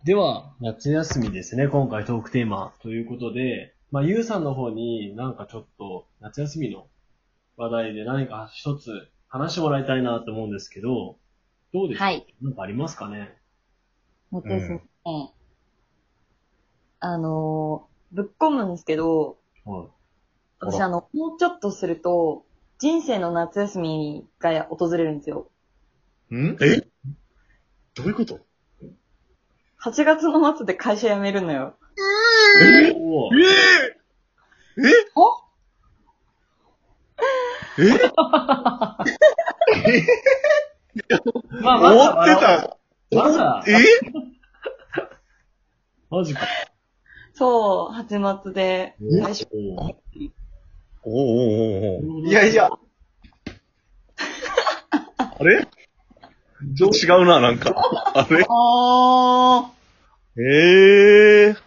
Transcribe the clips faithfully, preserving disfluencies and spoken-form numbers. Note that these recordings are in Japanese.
では、夏休みですね、今回トークテーマということで、まあ、ゆうさんの方になんかちょっと夏休みの話題で何か一つ話してもらいたいなと思うんですけど、どうでしょはい。 う？なんかありますかね？ えっとですね、 うん。 あのーぶっ込むんですけど、 は私あの、もうちょっとすると、人生の夏休みが訪れるんですよ。 んえどういうこと？ はちがつの末で会社辞めるのよ。 い。 えおー。 ええおえまあ、まだ思ってた。 まだ、 えマジか。 そう、はちがつでお退職。 ーおおおおおいやいや、 あれちょっと違うな、なんか。あれあええ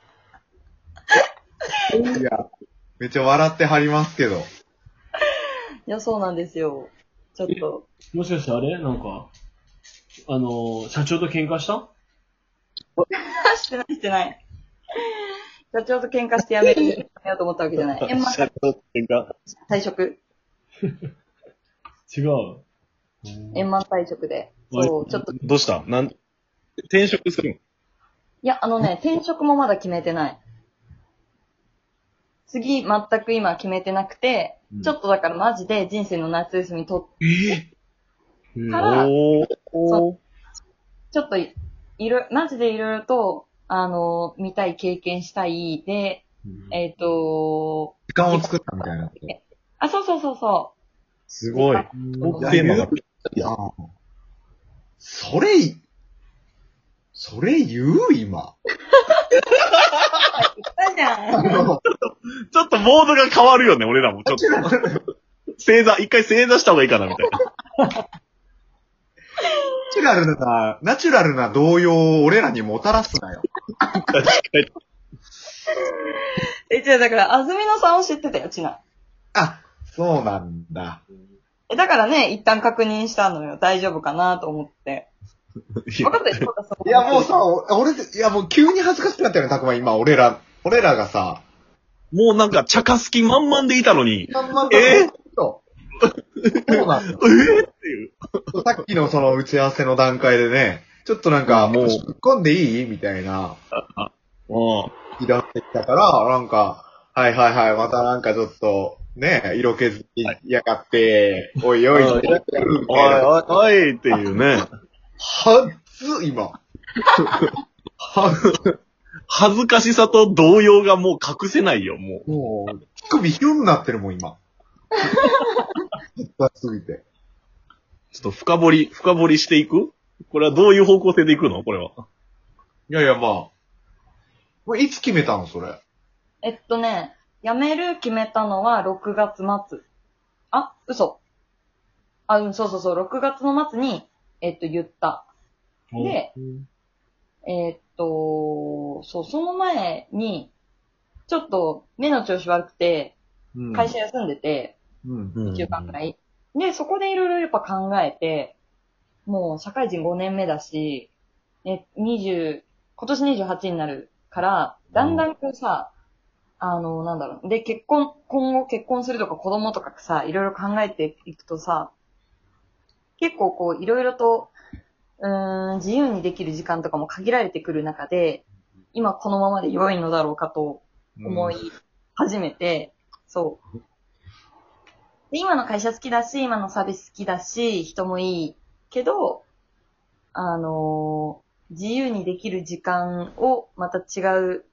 いや、めっちゃ笑ってはりますけど。 ー。いや、そうなんですよ。ちょっと。 もしかしてあれなんか、あのー、社長と喧嘩した？ してない、してない。社長と喧嘩して辞める、辞めようと思ったわけじゃない。円満社長っていうか、 退職。 違う。 円満退職で。そう、ちょっと。いどうしたなん、転職するの？ や、あのね、転職もまだ決めてない。次、全く今決めてなくて、 うんちょっとだからマジで人生の夏休みとえうんからおーおーちょっとい、いろ、マジでいろいろと、あの、見たい、経験したい、で、 うんえっ、と、 時間を作ったみたいなこと。 あ、そうそうそうそすごい。 うんトークテーマが。 いや、それ、それ言う今。 う。言ったじゃん。 ちょっとモードが変わるよね、俺らも。ちょっと。正座、一回正座した方がいいかな、みたいな。 ナチュラルな、ナチュラルな動揺を俺らにもたらすなよ。 確かに。 え、違う、だから、安住のさんを知ってたよ、ちな。 あ、そうなんだ。 え、だからね、一旦確認したのよ。大丈夫かなと思って。分かったよ、そうだそうだいやもうさ、お俺、いやもう急に恥ずかしくなったよね、たくま今、俺ら、俺らがさ、 もうなんか、茶化す気満々でいたのに、 まんまえそうそうなんだよ。 えーっていう。 さっきのその打ち合わせの段階でね、ちょっとなんか、もう、突っ込んでいいみたいな、 も気出してきたから、なんか、はいはいはい、またなんかちょっと、ね、色気づきやがって、おいおい、 うんやってやるみう、おいたいな。 おいおいっていうね。 はっず、今。はっず、 恥ずかしさと動揺がもう隠せないよ、もう。 もう、乳首ヒュンなってるもん、今。恥ずかしすぎて。 ちょっと深掘り、深掘りしていく？これはどういう方向性でいくのこれは。 いやいや、まあ。もういつ決めたの、それ。 えっとね、辞める決めたのはろくがつ末。あ、嘘。あ、うん、そうそうそう、ろくがつの末に、えっと、言った。で、えーっと、そう、その前に、ちょっと目の調子悪くて、 うん会社休んでて、 うん。 うんいっしゅうかんくらい。で、そこでいろいろやっぱ考えて、もう社会人ごねんめだし、え、にじゅう、今年にじゅうはちになるから、だんだんこうさ、あの、なんだろう。で、結婚、今後結婚するとか子供とかさ、いろいろ考えていくとさ、結構こう、いろいろと、うーん、自由にできる時間とかも限られてくる中で、今このままで良いのだろうかと思い始めて、そう。で、今の会社好きだし、今のサービス好きだし、人もいいけど、あのー自由にできる時間をまた違う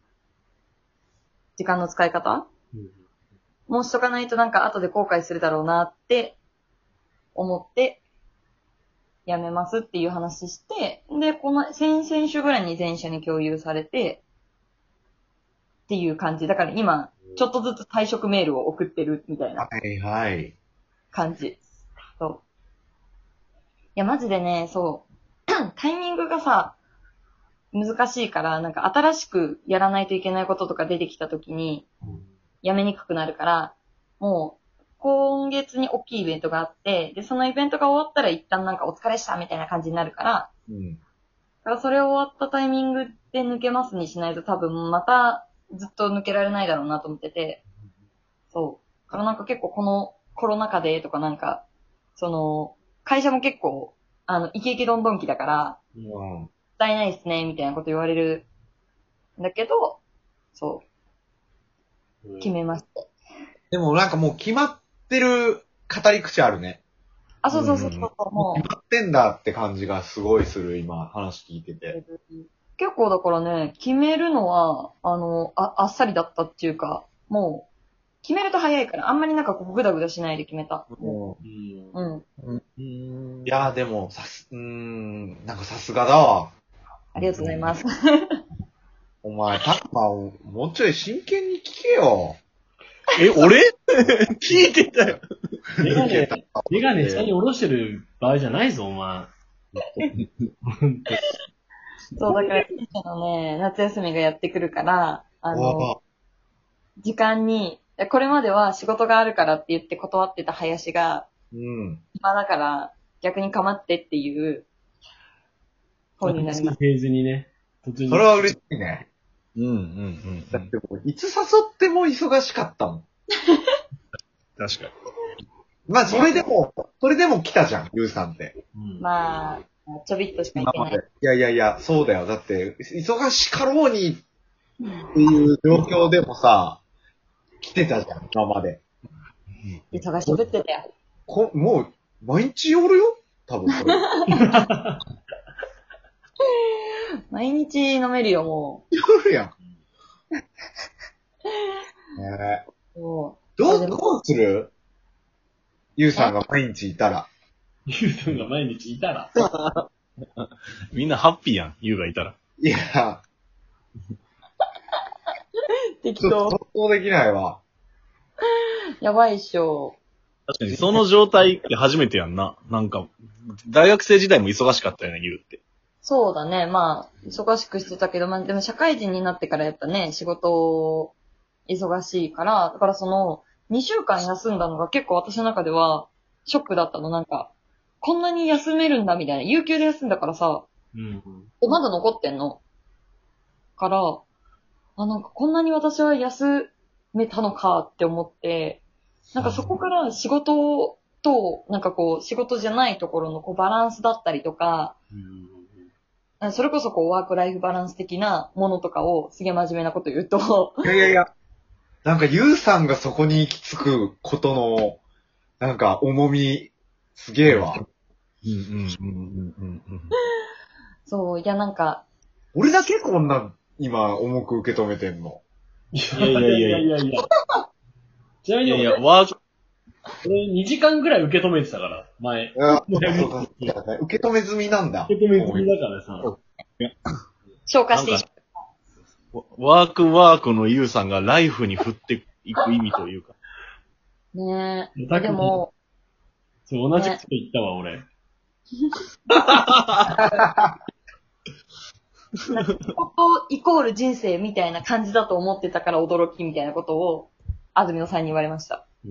時間の使い方もうしとかないとなんか後で後悔するだろうなって思ってやめますっていう話して、で、この先々週ぐらいに全社に共有されてっていう感じ。だから今、ちょっとずつ退職メールを送ってるみたいなはいはい。 感じ。そう。いや、マジでね、そう。タイミングがさ、難しいから、なんか新しくやらないといけないこととか出てきたときに、やめにくくなるから、もう、今月に大きいイベントがあって、で、そのイベントが終わったら一旦なんかお疲れしたみたいな感じになるから、 うん。 だからそれ終わったタイミングで抜けますにしないと多分またずっと抜けられないだろうなと思ってて。そう。だからなんか結構このコロナ禍でとかなんか、その、会社も結構、あの、イケイケどんどん期だから、 うん。 もったいないっすね、みたいなこと言われるんだけど、そう、決めました。 でもなんかもう決まってる語り口あるね。 あ、そうそうそうそう、もう。 決まってんだって感じがすごいする、今、話聞いてて。 結構だからね、決めるのは、あの、あ、あっさりだったっていうか、もう、決めると早いから、あんまりなんかこう、ぐだぐだしないで決めた。 うん。 うん。 うん。いやーでも、さす、うーん、なんかさすがだわ。 ありがとうございます。 お前、たくま、もうちょい真剣に聞けよ。 え、俺聞いてたよ。 メガネ、メガネ下に下ろしてる場合じゃないぞ、お前。 そう、だから、のね、夏休みがやってくるから、あの、時間に、これまでは仕事があるからって言って断ってた林が、 うん。 暇だから逆に構ってっていう方になります。 フェーズにね、 突入。それは嬉しいね。 うんうんうん。 だってもう、いつ誘っても忙しかったもん。 確かに。 まあ、それでも、それでも来たじゃん、ゆうさんって。 うん、まあ、ちょびっとしか行けない。 いやいやいや、そうだよ。だって、忙しかろうにっていう状況でもさ、来てたじゃん、今まで。 忙しぶってたよ。 こもう、毎日おるよ多分これ。 毎日飲めるよ、もう。おるやん。ねえ。どう、どうするゆうさんが毎日いたら。 ゆうさんが毎日いたら。 みんなハッピーやん、ゆうがいたら。 いや。 適当。 想像できないわ。 やばいっしょ。 確かに、その状態って初めてやんな。なんか、大学生時代も忙しかったよね、ゆうって。 そうだね。まあ、忙しくしてたけど、まあ、でも社会人になってからやっぱね、仕事、忙しいから、だからその、にしゅうかん休んだのが結構私の中では、ショックだったの。なんか、こんなに休めるんだみたいな。有給で休んだからさ、 うん、 まだ残ってんの。から、あ、なんかこんなに私は休めたのかって思って、なんかそこから仕事と、なんかこう、仕事じゃないところのこうバランスだったりとか、うん、それこそこうワークライフバランス的なものとかをすげえ真面目なこと言うと。 いやいやいや、なんかゆうさんがそこに行き着くことの、なんか重み、すげえわ。 うんうんうんうんうん。 そう、いやなんか。 俺だけこんな、今、重く受け止めてんの。 いやいやいやいやいや。ちなみに、 いや、ワーク、 俺にじかんぐらい受け止めてたから、前。 あそうか受け止め済みなんだ。 受け止め済みだからさ。 消化していく。 ワークワークのゆうさんがライフに振っていく意味というか。 ねえ。でも、 そう、同じこと言ったわ、俺。 ここイコール人生みたいな感じだと思ってたから驚きみたいなことを、安住野さんに言われました。 うん。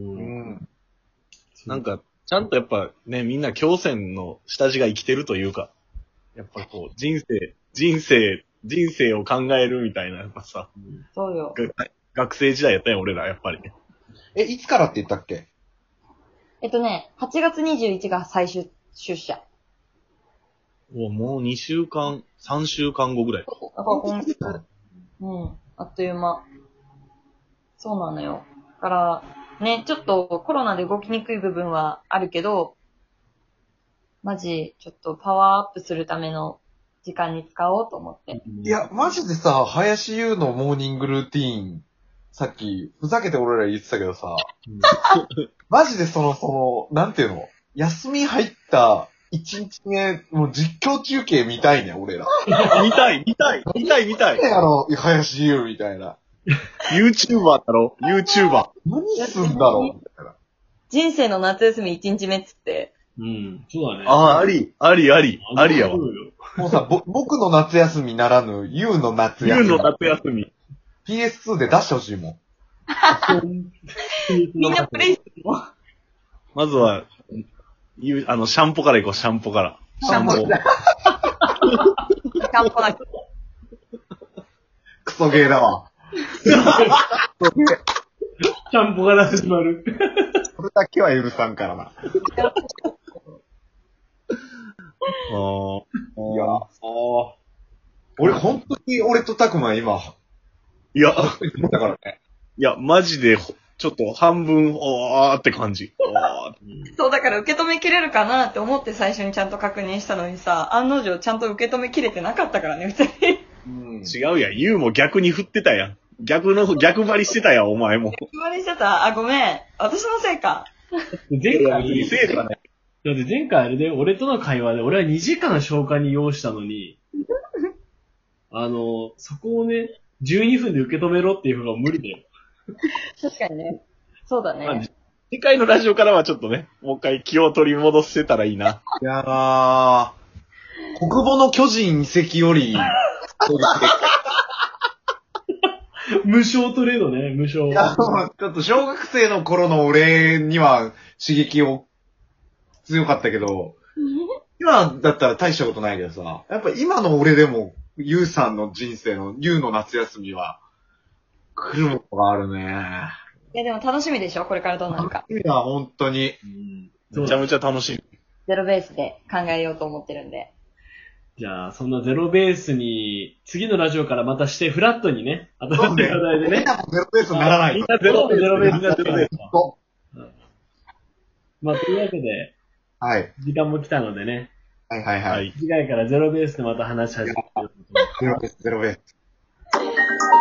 なんか、ちゃんとやっぱね、みんな強戦の下地が生きてるというか、やっぱこう、人生、人生、人生を考えるみたいな、やっぱさ。 そうよ。 学生時代やったよ、俺ら、やっぱり。 え、いつからって言ったっけ？ えっとね、はちがつにじゅういちが最終出社。 おもうにしゅうかん、さんしゅうかんごぐらい。 だから今月、うん、あっという間。そうなのよ。だから、ね、ちょっとコロナで動きにくい部分はあるけど、マジ、ちょっとパワーアップするための時間に使おうと思って。 いや、マジでさ、林優のモーニングルーティーン、さっき、ふざけて俺ら言ってたけどさ、うん、マジでその、その、なんていうの、休み入った一日目、もう実況中継見たいね、俺ら。 見たい、見たい、見たい、見たい。 何やろ、林優みたいな。 YouTuber だろ ?YouTuber。 何すんだろうみたいな。 人生の夏休み一日目っつって。 うん、そうだね。 ああ、あり、あり、あり、ありやわ。 もうさ、ぼ、僕の夏休みならぬ、ユウの夏休み。 ユウの夏休み。 ピーエスツー で出してほしいもん。 みんなプレイするもん。 まずは、ゆあの、シャンポから行こう、シャンポから。シャンポ。 キャンプな。 クソゲーだわ。 キャンプから始まる。 それだけは許さんからな。 あーいや、ああ。俺、本当に俺とタクマ今、 いや、 だからね。 いや、マジで、ちょっと半分、おーって感じ。おーってそう、だから受け止めきれるかなって思って最初にちゃんと確認したのにさ、案の定ちゃんと受け止めきれてなかったからね、普通に。 うん。 違うやん。ユウも逆に振ってたやん。逆の、逆張りしてたやん、お前も。 決まりしてた。あ、ごめん。私のせいか。 前いや、 回、 別にせいかね。 だって前回あれで、俺との会話で、俺はにじかん消化に要したのに、あの、そこをね、じゅうにふんで受け止めろっていう方が無理だよ。 確かにね。そうだまあね。 次回のラジオからはちょっとね、もう一回気を取り戻せたらいいな。 いやー、国母の巨人遺跡より、 無償トレードね、無償。 いや、ちょっと小学生の頃の俺には刺激を強かったけど、今だったら大したことないけどさ、やっぱ今の俺でも、ゆうさんの人生の、ゆうの夏休みは、来るものがあるね。 いや、でも楽しみでしょこれからどうなるか。 いや、本当に。 そうめちゃめちゃ楽しい。 ゼロベースで考えようと思ってるんで。 じゃあ、そんなゼロベースに、次のラジオからまたして、フラットにね、新しい話題でね。 みんなもゼロベースにならないと。 みんなゼロゼロベースになってる。 そまあ、というわけで、 はい。 時間も来たのでね、 はいはいは。 はいい。 次回からゼロベースでまた話し始める。 ゼロベース、ゼロベース。